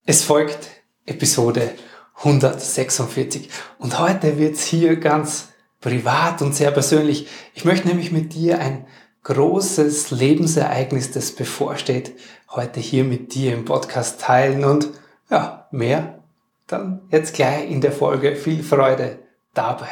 Es folgt Episode 146 und heute wird es hier ganz privat und sehr persönlich. Ich möchte nämlich mit dir ein großes Lebensereignis, das bevorsteht, heute hier mit dir im Podcast teilen und ja, mehr dann jetzt gleich in der Folge. Viel Freude dabei.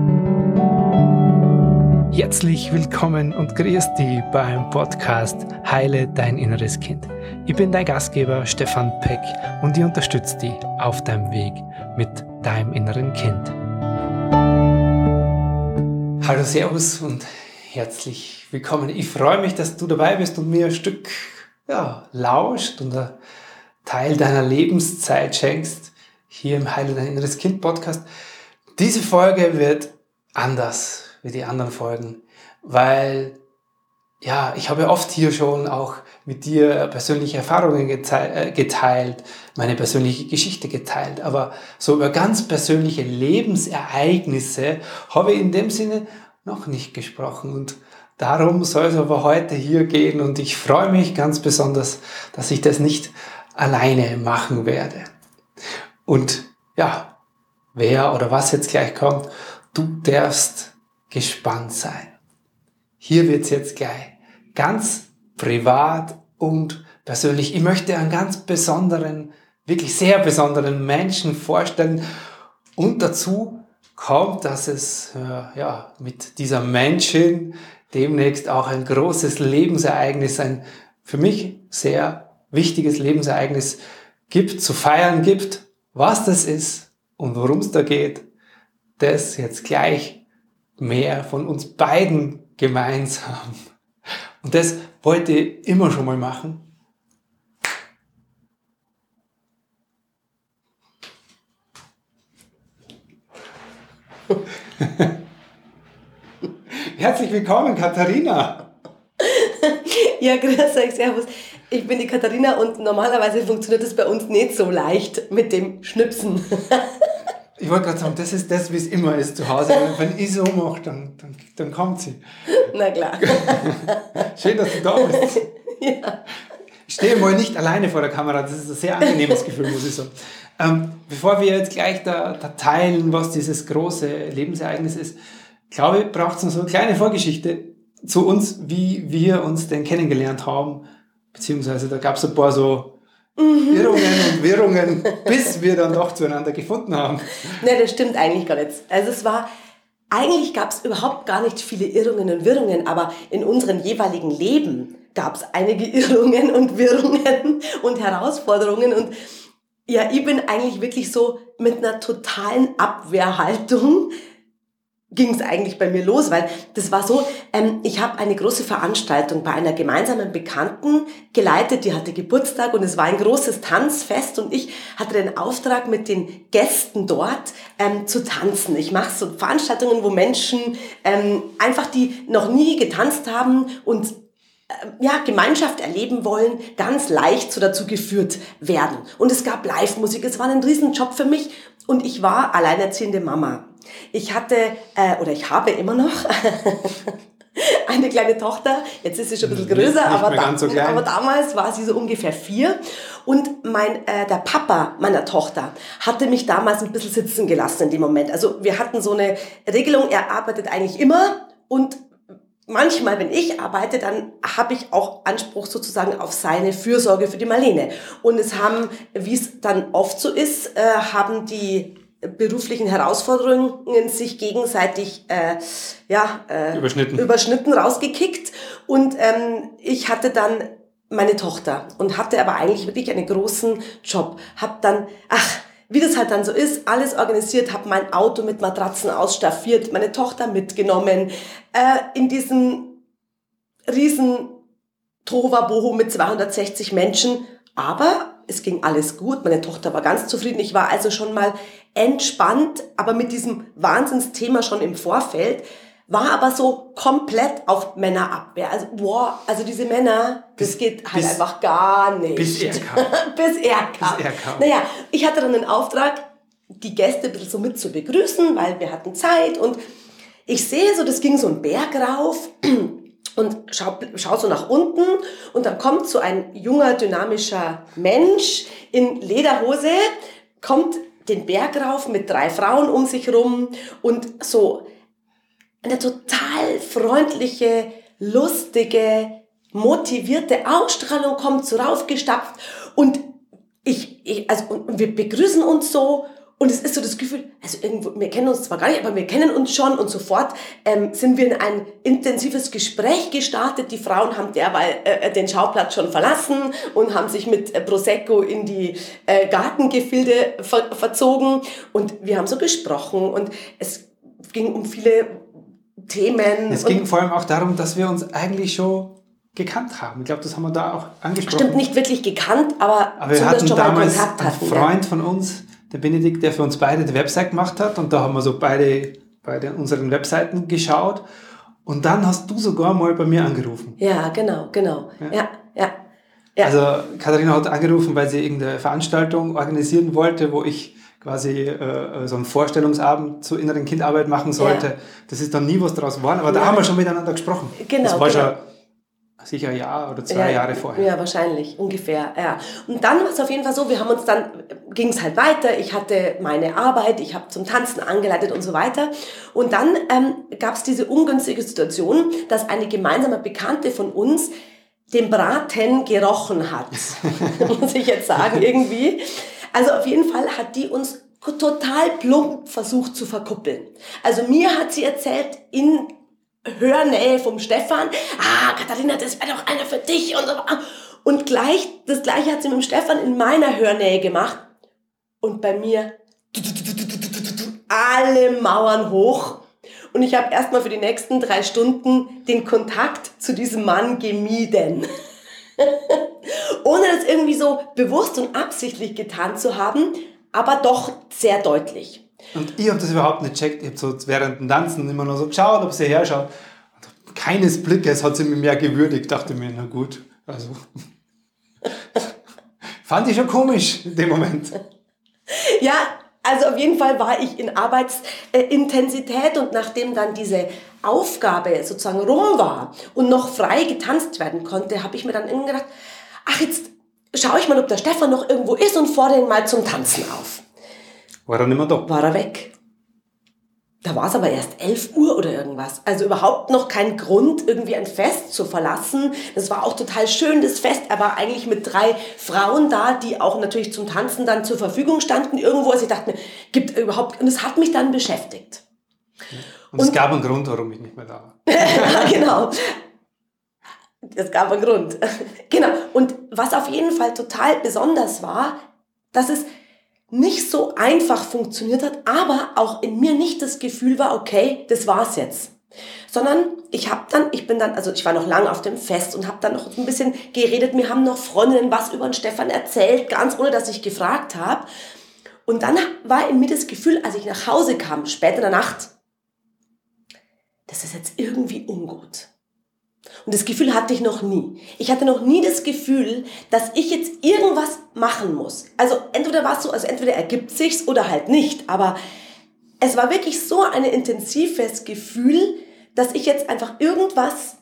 Herzlich willkommen und grüß dich beim Podcast Heile dein inneres Kind. Ich bin dein Gastgeber Stefan Peck und ich unterstütze dich auf deinem Weg mit deinem inneren Kind. Hallo, Servus und herzlich willkommen. Ich freue mich, dass du dabei bist und mir ein Stück lauscht und ein Teil deiner Lebenszeit schenkst hier im Heile dein inneres Kind Podcast. Diese Folge wird anders wie die anderen Folgen, weil ich habe oft hier schon auch mit dir persönliche Erfahrungen geteilt, meine persönliche Geschichte geteilt, aber so über ganz persönliche Lebensereignisse habe ich in dem Sinne noch nicht gesprochen und darum soll es aber heute hier gehen und ich freue mich ganz besonders, dass ich das nicht alleine machen werde. Und wer oder was jetzt gleich kommt, du darfst gespannt sein. Hier wird es jetzt gleich ganz privat und persönlich. Ich möchte einen ganz besonderen, wirklich sehr besonderen Menschen vorstellen und dazu kommt, dass es mit dieser Menschen demnächst auch ein großes Lebensereignis, ein für mich sehr wichtiges Lebensereignis zu feiern gibt. Was das ist und worum es da geht, das jetzt gleich mehr von uns beiden gemeinsam. Und das wollte ich immer schon mal machen. Herzlich willkommen, Katharina. Ja, grüß euch, servus. Ich bin die Katharina und normalerweise funktioniert es bei uns nicht so leicht mit dem Schnipsen. Ich wollte gerade sagen, das ist das, wie es immer ist zu Hause. Wenn ich so mache, dann kommt sie. Na klar. Schön, dass du da bist. Ja. Ich stehe mal nicht alleine vor der Kamera. Das ist ein sehr angenehmes Gefühl, muss ich sagen. Bevor wir jetzt gleich da teilen, was dieses große Lebensereignis ist, glaube ich, braucht es noch so eine kleine Vorgeschichte zu uns, wie wir uns denn kennengelernt haben. Beziehungsweise da gab es ein paar so Irrungen und Wirrungen, bis wir dann doch zueinander gefunden haben. Ne, das stimmt eigentlich gar nicht. Also eigentlich gab es überhaupt gar nicht viele Irrungen und Wirrungen, aber in unserem jeweiligen Leben gab es einige Irrungen und Wirrungen und Herausforderungen und ja, ich bin eigentlich wirklich so mit einer totalen Abwehrhaltung ging es eigentlich bei mir los, weil das war so, ich habe eine große Veranstaltung bei einer gemeinsamen Bekannten geleitet, die hatte Geburtstag und es war ein großes Tanzfest und ich hatte den Auftrag mit den Gästen dort zu tanzen. Ich mache so Veranstaltungen, wo Menschen einfach, die noch nie getanzt haben und Gemeinschaft erleben wollen, ganz leicht so dazu geführt werden. Und es gab Live-Musik, es war ein Riesenjob für mich und ich war alleinerziehende Mama. Ich ich habe immer noch eine kleine Tochter, jetzt ist sie schon ein bisschen größer, aber damals war sie so ungefähr 4 und der Papa meiner Tochter hatte mich damals ein bisschen sitzen gelassen in dem Moment. Also wir hatten so eine Regelung, er arbeitet eigentlich immer und manchmal, wenn ich arbeite, dann habe ich auch Anspruch sozusagen auf seine Fürsorge für die Marlene. Und wie es dann oft so ist, haben die beruflichen Herausforderungen sich gegenseitig überschnitten, rausgekickt. Und ich hatte dann meine Tochter und hatte aber eigentlich wirklich einen großen Job. Hab dann, wie das halt dann so ist, alles organisiert, habe mein Auto mit Matratzen ausstaffiert, meine Tochter mitgenommen, in diesen riesen Tohuwabohu mit 260 Menschen, aber es ging alles gut, meine Tochter war ganz zufrieden, ich war also schon mal entspannt, aber mit diesem Wahnsinnsthema schon im Vorfeld, war aber so komplett auf Männerabwehr. Also diese Männer, das geht halt einfach gar nicht. Bis er kam. Naja, ich hatte dann den Auftrag, die Gäste ein bisschen so mit zu begrüßen, weil wir hatten Zeit und ich sehe so, das ging so einen Berg rauf und schau so nach unten und dann kommt so ein junger, dynamischer Mensch in Lederhose, kommt den Berg rauf mit 3 Frauen um sich rum und so eine total freundliche, lustige, motivierte Ausstrahlung kommt so raufgestapft und und wir begrüßen uns so und es ist so das Gefühl, also irgendwo, wir kennen uns zwar gar nicht, aber wir kennen uns schon und sofort sind wir in ein intensives Gespräch gestartet. Die Frauen haben derweil den Schauplatz schon verlassen und haben sich mit Prosecco in die Gartengefilde verzogen und wir haben so gesprochen und es ging um viele Themen. Es ging vor allem auch darum, dass wir uns eigentlich schon gekannt haben. Ich glaube, das haben wir da auch angesprochen. Stimmt, nicht wirklich gekannt, aber wir hatten schon damals mal Kontakt einen hatten. Freund von uns, der Benedikt, der für uns beide die Website gemacht hat und da haben wir so beide unseren Webseiten geschaut und dann hast du sogar mal bei mir angerufen. Ja, genau. Ja. Also Katharina hat angerufen, weil sie irgendeine Veranstaltung organisieren wollte, wo ich quasi so einen Vorstellungsabend zur inneren Kindarbeit machen sollte. Ja. Das ist dann nie was draus geworden, aber da haben wir schon miteinander gesprochen. Genau. Das war schon sicher ein Jahr oder 2 Jahre vorher. Ja, wahrscheinlich, ungefähr, ja. Und dann war es auf jeden Fall so, ging es halt weiter, ich hatte meine Arbeit, ich habe zum Tanzen angeleitet und so weiter. Und dann gab es diese ungünstige Situation, dass eine gemeinsame Bekannte von uns den Braten gerochen hat, muss ich jetzt sagen, irgendwie. Also auf jeden Fall hat die uns total plump versucht zu verkuppeln. Also mir hat sie erzählt, in Hörnähe vom Stefan, Katharina, das wäre doch einer für dich und so. Und das Gleiche hat sie mit dem Stefan in meiner Hörnähe gemacht und bei mir alle Mauern hoch und ich habe erstmal für die nächsten 3 Stunden den Kontakt zu diesem Mann gemieden. Ohne das irgendwie so bewusst und absichtlich getan zu haben, aber doch sehr deutlich. Und ich habe das überhaupt nicht gecheckt. Ich habe so während dem Tanzen immer nur so geschaut, ob sie herschaut. Und keines Blickes hat sie mich mehr gewürdigt. Dachte mir, na gut, also fand ich schon komisch in dem Moment. Ja, also auf jeden Fall war ich in Arbeitsintensität und nachdem dann diese Aufgabe sozusagen rum war und noch frei getanzt werden konnte, habe ich mir dann irgendwie gedacht, jetzt schaue ich mal, ob der Stefan noch irgendwo ist und fordere ihn mal zum Tanzen auf. War er nicht mehr da? War er weg. Da war es aber erst 11 Uhr oder irgendwas. Also überhaupt noch kein Grund, irgendwie ein Fest zu verlassen. Das war auch total schön, das Fest. Er war eigentlich mit 3 Frauen da, die auch natürlich zum Tanzen dann zur Verfügung standen irgendwo. Also ich dachte mir, und es hat mich dann beschäftigt. Und es gab einen Grund, warum ich nicht mehr da war. Ja, genau. Es gab einen Grund. Genau. Und was auf jeden Fall total besonders war, dass es nicht so einfach funktioniert hat, aber auch in mir nicht das Gefühl war, okay, das war's jetzt. Sondern ich war noch lange auf dem Fest und habe dann noch ein bisschen geredet. Mir haben noch Freundinnen was über den Stefan erzählt, ganz ohne, dass ich gefragt habe. Und dann war in mir das Gefühl, als ich nach Hause kam, spät in der Nacht, das ist jetzt irgendwie ungut. Und das Gefühl hatte ich noch nie. Ich hatte noch nie das Gefühl, dass ich jetzt irgendwas machen muss. Also entweder ergibt sich's oder halt nicht. Aber es war wirklich so ein intensives Gefühl, dass ich jetzt einfach irgendwas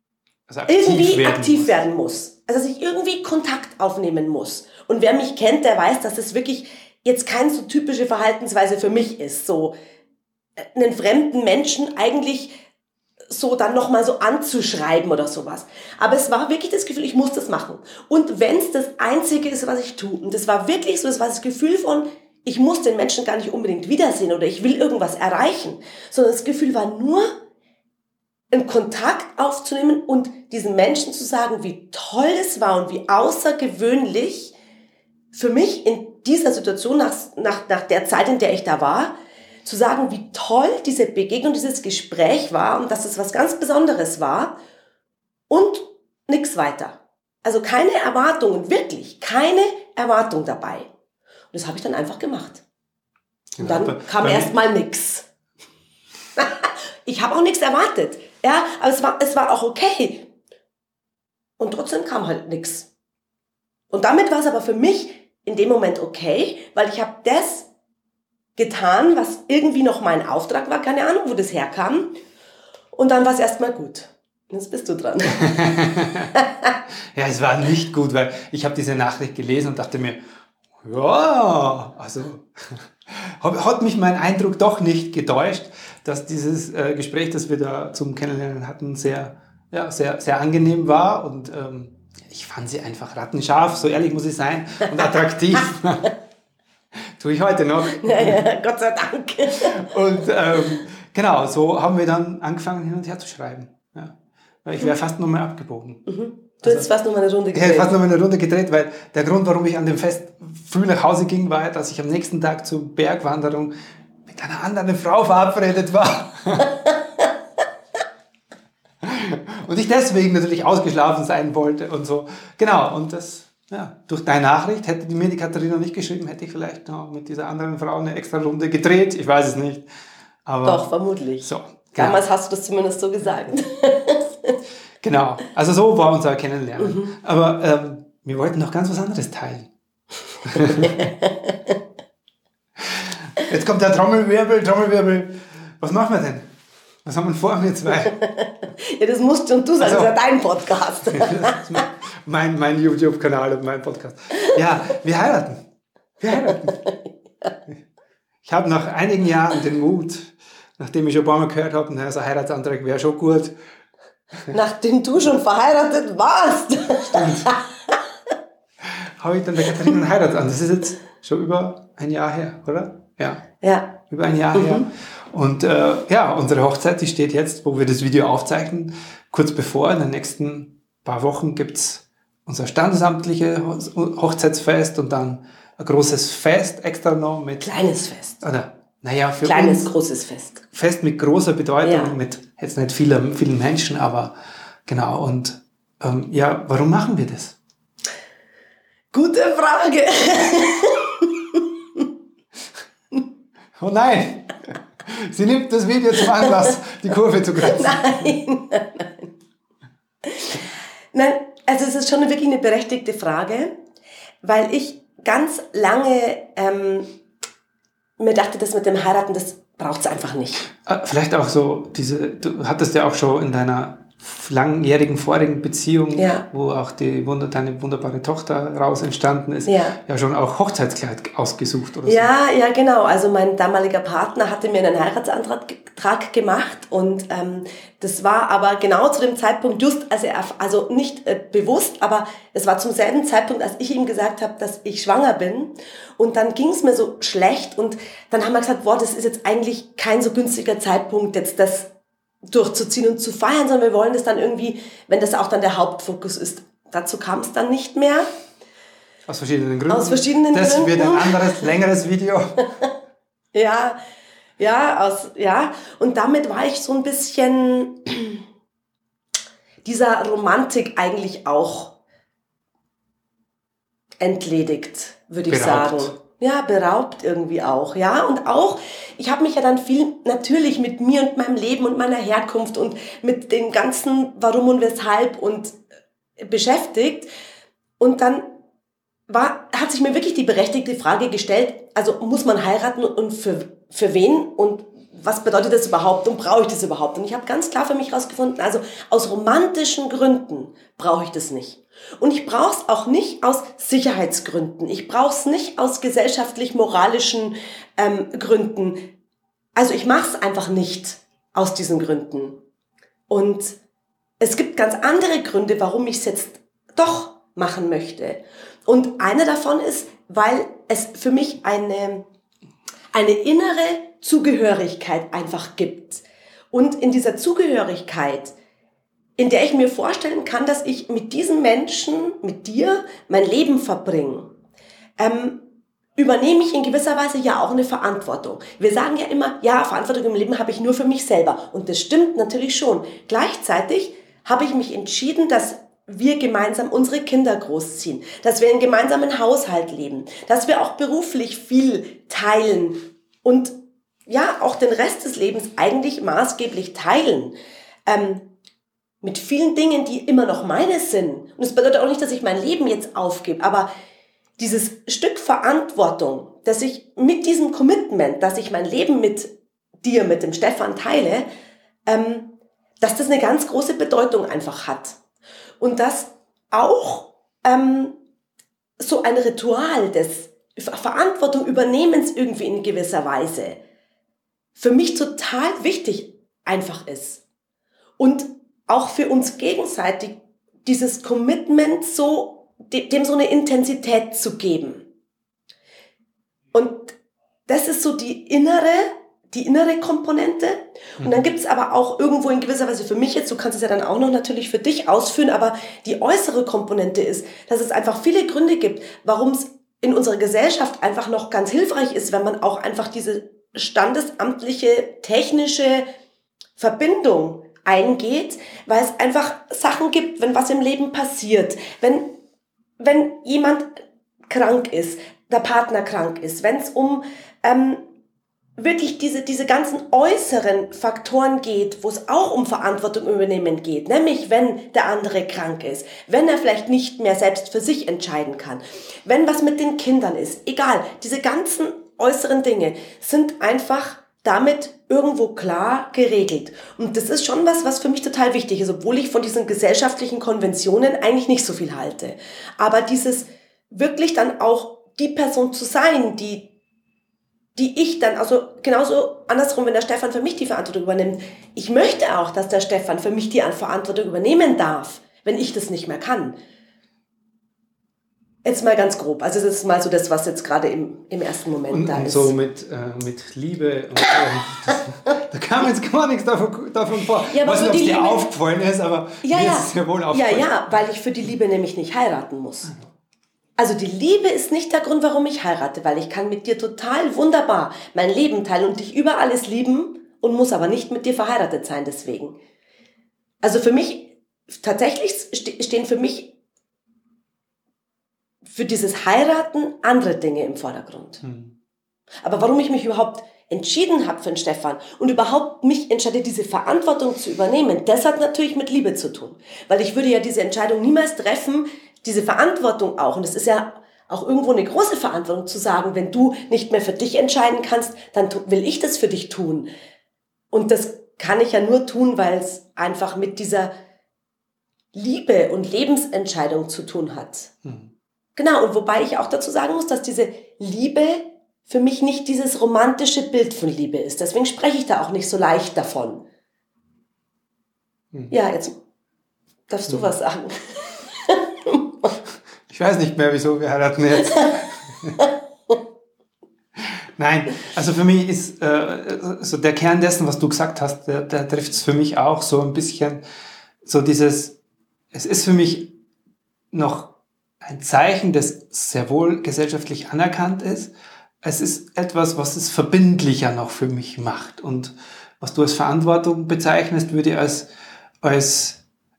aktiv werden muss. Also dass ich irgendwie Kontakt aufnehmen muss. Und wer mich kennt, der weiß, dass es wirklich jetzt keine so typische Verhaltensweise für mich ist. So einen fremden Menschen eigentlich so dann nochmal so anzuschreiben oder sowas. Aber es war wirklich das Gefühl, ich muss das machen. Und wenn es das Einzige ist, was ich tue, und das war wirklich so, das war das Gefühl von, ich muss den Menschen gar nicht unbedingt wiedersehen oder ich will irgendwas erreichen, sondern das Gefühl war nur, einen Kontakt aufzunehmen und diesen Menschen zu sagen, wie toll es war und wie außergewöhnlich für mich in dieser Situation, nach der Zeit, in der ich da war, zu sagen, wie toll diese Begegnung, dieses Gespräch war und dass es was ganz Besonderes war und nichts weiter. Also keine Erwartungen, wirklich keine Erwartung dabei. Und das habe ich dann einfach gemacht. Und dann kam erstmal nichts. Ich habe auch nichts erwartet. Ja, aber es war auch okay. Und trotzdem kam halt nichts. Und damit war es aber für mich in dem Moment okay, weil ich habe das getan, was irgendwie noch mein Auftrag war, keine Ahnung, wo das herkam. Und dann war es erstmal gut. Jetzt bist du dran. Ja, es war nicht gut, weil ich habe diese Nachricht gelesen und dachte mir, ja, also hat mich mein Eindruck doch nicht getäuscht, dass dieses Gespräch, das wir da zum Kennenlernen hatten, sehr angenehm war und ich fand sie einfach rattenscharf, so ehrlich muss ich sein, und attraktiv. Tue ich heute noch. Ja, Gott sei Dank. Und genau, so haben wir dann angefangen, hin und her zu schreiben. Ja. Weil ich wäre fast nur mal abgebogen. Du hättest fast noch mal eine Runde gedreht. Ich hätte fast noch mal eine Runde gedreht, weil der Grund, warum ich an dem Fest früh nach Hause ging, war, dass ich am nächsten Tag zur Bergwanderung mit einer anderen Frau verabredet war. Und ich deswegen natürlich ausgeschlafen sein wollte und so. Genau, und das, ja, durch deine Nachricht hätte mir die Katharina nicht geschrieben, hätte ich vielleicht noch mit dieser anderen Frau eine extra Runde gedreht. Ich weiß es nicht. Aber doch, vermutlich. So, genau. Damals hast du das zumindest so gesagt. Genau, also so war unser Kennenlernen. Aber wir wollten noch ganz was anderes teilen. Jetzt kommt der Trommelwirbel. Was machen wir denn? Was haben wir vor, wir zwei? Ja, das musst schon du sagen, das ist ja dein Podcast. mein YouTube-Kanal und mein Podcast. Ja, wir heiraten. Ich habe nach einigen Jahren den Mut, nachdem ich schon ein paar Mal gehört habe, so ein Heiratsantrag wäre schon gut. Nachdem du schon verheiratet warst. Stimmt. Habe ich dann der Katharina einen Heiratsantrag. Das ist jetzt schon über ein Jahr her, oder? Ja. Über ein Jahr her. Und unsere Hochzeit, die steht jetzt, wo wir das Video aufzeichnen, kurz bevor. In den nächsten paar Wochen gibt's unser standesamtliche Hochzeitsfest und dann ein großes Fest extra noch mit... Kleines Fest. Oder, naja, für kleines, uns... großes Fest. Fest mit großer Bedeutung, Ja. mit jetzt nicht vielen Menschen, aber genau. Und warum machen wir das? Gute Frage. Oh nein! Sie nimmt das Video zum Anlass, die Kurve zu kratzen. Nein, also es ist schon wirklich eine berechtigte Frage, weil ich ganz lange mir dachte, das mit dem Heiraten, das braucht es einfach nicht. Vielleicht auch so du hattest ja auch schon in deiner langjährigen vorigen Beziehung, Ja. wo auch deine wunderbare Tochter raus entstanden ist, Ja. schon auch Hochzeitskleid ausgesucht oder so. Ja, genau. Also mein damaliger Partner hatte mir einen Heiratsantrag gemacht und das war aber genau zu dem Zeitpunkt, also nicht bewusst, aber es war zum selben Zeitpunkt, als ich ihm gesagt habe, dass ich schwanger bin. Und dann ging es mir so schlecht und dann haben wir gesagt, das ist jetzt eigentlich kein so günstiger Zeitpunkt, jetzt das durchzuziehen und zu feiern, sondern wir wollen das dann irgendwie, wenn das auch dann der Hauptfokus ist. Dazu kam es dann nicht mehr. Aus verschiedenen Gründen. Aus verschiedenen Das Gründen. wird ein anderes, längeres Video. Ja. Und damit war ich so ein bisschen dieser Romantik eigentlich auch entledigt, würde ich sagen. Ja, beraubt irgendwie auch, ja. Und auch, ich habe mich ja dann viel natürlich mit mir und meinem Leben und meiner Herkunft und mit dem ganzen Warum und Weshalb und beschäftigt. Und dann hat sich mir wirklich die berechtigte Frage gestellt, also muss man heiraten und für wen und was bedeutet das überhaupt und brauche ich das überhaupt? Und ich habe ganz klar für mich herausgefunden, also aus romantischen Gründen brauche ich das nicht. Und ich brauche es auch nicht aus Sicherheitsgründen. Ich brauche es nicht aus gesellschaftlich-moralischen Gründen. Also ich mache es einfach nicht aus diesen Gründen. Und es gibt ganz andere Gründe, warum ich es jetzt doch machen möchte. Und einer davon ist, weil es für mich eine innere Zugehörigkeit einfach gibt. Und in dieser Zugehörigkeit, in der ich mir vorstellen kann, dass ich mit diesem Menschen, mit dir, mein Leben verbringe, übernehme ich in gewisser Weise ja auch eine Verantwortung. Wir sagen ja immer, ja, Verantwortung im Leben habe ich nur für mich selber. Und das stimmt natürlich schon. Gleichzeitig habe ich mich entschieden, dass wir gemeinsam unsere Kinder großziehen, dass wir in einem gemeinsamen Haushalt leben, dass wir auch beruflich viel teilen und ja, auch den Rest des Lebens eigentlich maßgeblich teilen. Mit vielen Dingen, die immer noch meine sind. Und das bedeutet auch nicht, dass ich mein Leben jetzt aufgebe, aber dieses Stück Verantwortung, dass ich mit diesem Commitment, dass ich mein Leben mit dir, mit dem Stefan teile, dass das eine ganz große Bedeutung einfach hat. Und dass auch so ein Ritual des Verantwortung übernehmens irgendwie in gewisser Weise für mich total wichtig einfach ist. Und auch für uns gegenseitig dieses Commitment dem so eine Intensität zu geben. Und das ist so die innere Komponente. Und dann gibt es aber auch irgendwo in gewisser Weise für mich jetzt, du kannst es ja dann auch noch natürlich für dich ausführen, aber die äußere Komponente ist, dass es einfach viele Gründe gibt, warum es in unserer Gesellschaft einfach noch ganz hilfreich ist, wenn man auch einfach diese standesamtliche, technische Verbindung eingeht, weil es einfach Sachen gibt, wenn was im Leben passiert, wenn jemand krank ist, der Partner krank ist, wenn es um wirklich diese ganzen äußeren Faktoren geht, wo es auch um Verantwortung übernehmen geht, nämlich wenn der andere krank ist, wenn er vielleicht nicht mehr selbst für sich entscheiden kann, wenn was mit den Kindern ist, egal, diese ganzen äußeren Dinge sind einfach damit irgendwo klar geregelt. Und das ist schon was für mich total wichtig ist, obwohl ich von diesen gesellschaftlichen Konventionen eigentlich nicht so viel halte. Aber dieses wirklich dann auch die Person zu sein, die ich dann, also genauso andersrum, wenn der Stefan für mich die Verantwortung übernimmt. Ich möchte auch, dass der Stefan für mich die Verantwortung übernehmen darf, wenn ich das nicht mehr kann. Jetzt mal ganz grob. Also das ist mal so das, was jetzt gerade im ersten Moment da ist. Und so mit Liebe und da kam jetzt gar nichts davon vor. Ja, ich weiß nicht, ob es dir aufgefallen ist, aber mir ist es ja wohl aufgefallen. Ja, weil ich für die Liebe nämlich nicht heiraten muss. Also die Liebe ist nicht der Grund, warum ich heirate, weil ich kann mit dir total wunderbar mein Leben teilen und dich über alles lieben und muss aber nicht mit dir verheiratet sein deswegen. Also für mich, tatsächlich stehen für mich für dieses Heiraten andere Dinge im Vordergrund. Aber warum ich mich überhaupt entschieden habe für den Stefan und überhaupt mich entscheide, diese Verantwortung zu übernehmen, das hat natürlich mit Liebe zu tun. Weil ich würde ja diese Entscheidung niemals treffen, diese Verantwortung auch. Und es ist ja auch irgendwo eine große Verantwortung zu sagen, wenn du nicht mehr für dich entscheiden kannst, dann will ich das für dich tun. Und das kann ich ja nur tun, weil es einfach mit dieser Liebe und Lebensentscheidung zu tun hat. Genau, und wobei ich auch dazu sagen muss, dass diese Liebe für mich nicht dieses romantische Bild von Liebe ist. Deswegen spreche ich da auch nicht so leicht davon. Ja, jetzt darfst du was sagen. Ich weiß nicht mehr, wieso wir heiraten jetzt. Nein, also für mich ist so der Kern dessen, was du gesagt hast, der trifft es für mich auch so ein bisschen, so dieses, es ist für mich noch ein Zeichen, das sehr wohl gesellschaftlich anerkannt ist. Es ist etwas, was es verbindlicher noch für mich macht. Und was du als Verantwortung bezeichnest, würde ich als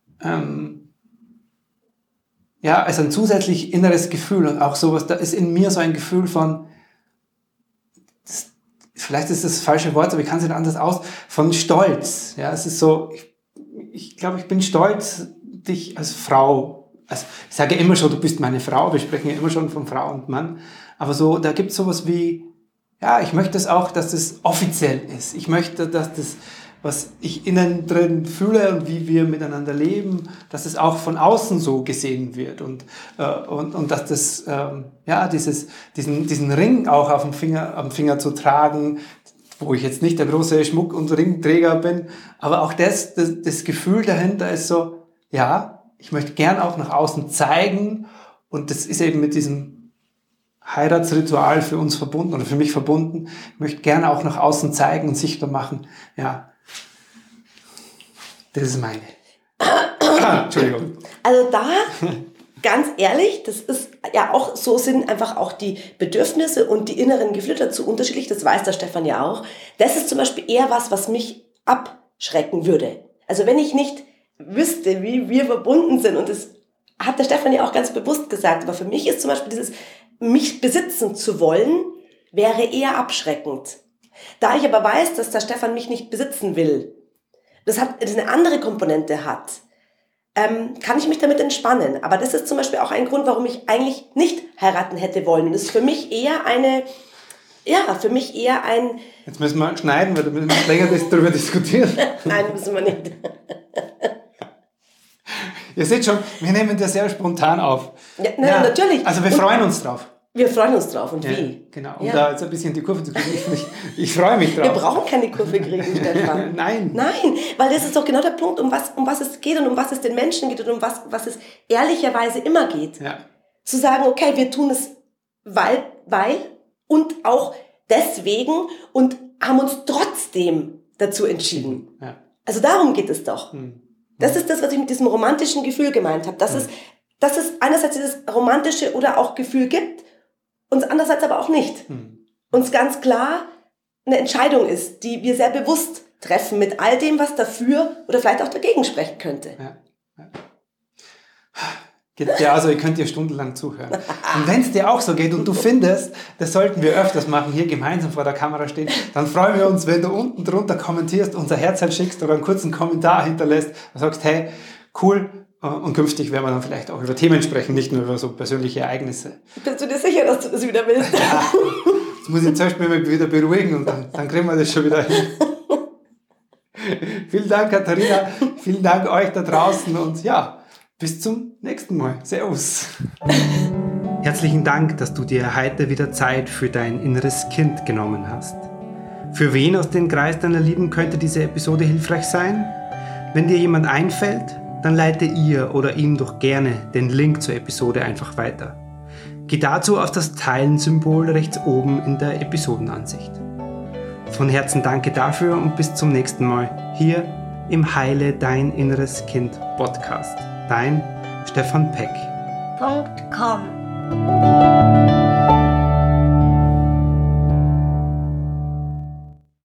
ein zusätzlich inneres Gefühl und auch sowas, da ist in mir so ein Gefühl von, vielleicht ist das falsche Wort, aber ich kann es nicht anders von Stolz. Ja, es ist so, ich glaube, ich bin stolz, dich als Frau, also ich sage ja immer schon, du bist meine Frau, wir sprechen ja immer schon von Frau und Mann, aber so, da gibt es sowas wie, ja, ich möchte es auch, dass es offiziell ist. Ich möchte, dass das, was ich innen drin fühle und wie wir miteinander leben, dass es auch von außen so gesehen wird und dass das diesen Ring auch am Finger zu tragen, wo ich jetzt nicht der große Schmuck- und Ringträger bin, aber auch das Gefühl dahinter ist so, ja, ich möchte gern auch nach außen zeigen und das ist eben mit diesem Heiratsritual für uns verbunden oder für mich verbunden. Ich möchte gerne auch nach außen zeigen und sichtbar machen, ja, das ist meine. Entschuldigung. Also da, ganz ehrlich, das ist ja auch, so sind einfach auch die Bedürfnisse und die inneren Gefühle dazu unterschiedlich, das weiß der Stefan ja auch. Das ist zum Beispiel eher was mich abschrecken würde. Also wenn ich nicht wüsste, wie wir verbunden sind, und das hat der Stefan ja auch ganz bewusst gesagt, aber für mich ist zum Beispiel dieses, mich besitzen zu wollen, wäre eher abschreckend. Da ich aber weiß, dass der Stefan mich nicht besitzen will, das eine andere Komponente hat, kann ich mich damit entspannen. Aber das ist zum Beispiel auch ein Grund, warum ich eigentlich nicht heiraten hätte wollen. Und das ist für mich eher ja, für mich eher ein... Jetzt müssen wir schneiden, weil wir müssen länger darüber diskutieren. Nein, müssen wir nicht. Ihr seht schon, wir nehmen das sehr spontan auf. Ja, natürlich. Also wir freuen uns drauf. Wir freuen uns drauf. Und ja, wie? Genau, um da jetzt ein bisschen die Kurve zu kriegen. Ich freue mich drauf. Wir brauchen keine Kurve kriegen, Stefan. Nein. Nein, weil das ist doch genau der Punkt, um was es geht und um was es den Menschen geht und um was es ehrlicherweise immer geht. Ja. Zu sagen, okay, wir tun es weil und auch deswegen und haben uns trotzdem dazu entschieden. Ja. Also darum geht es doch. Das ist das, was ich mit diesem romantischen Gefühl gemeint habe. Dass es einerseits dieses romantische oder auch Gefühl gibt und andererseits aber auch nicht. Uns ganz klar eine Entscheidung ist, die wir sehr bewusst treffen mit all dem, was dafür oder vielleicht auch dagegen sprechen könnte. Ja. Geht dir also, ihr könnt dir stundenlang zuhören. Und wenn es dir auch so geht und du findest, das sollten wir öfters machen, hier gemeinsam vor der Kamera stehen, dann freuen wir uns, wenn du unten drunter kommentierst, unser Herzchen schickst oder einen kurzen Kommentar hinterlässt und sagst, hey, cool, und künftig werden wir dann vielleicht auch über Themen sprechen, nicht nur über so persönliche Ereignisse. Bist du dir sicher, dass du das wieder willst? Ja, das muss ich zuerst mal wieder beruhigen und dann kriegen wir das schon wieder hin. Vielen Dank, Katharina, vielen Dank euch da draußen und ja, bis zum nächsten Mal. Servus. Herzlichen Dank, dass du dir heute wieder Zeit für dein inneres Kind genommen hast. Für wen aus dem Kreis deiner Lieben könnte diese Episode hilfreich sein? Wenn dir jemand einfällt, dann leite ihr oder ihm doch gerne den Link zur Episode einfach weiter. Geh dazu auf das Teilen-Symbol rechts oben in der Episodenansicht. Von Herzen danke dafür und bis zum nächsten Mal hier im Heile Dein Inneres Kind Podcast. Dein Stefan Peck. .com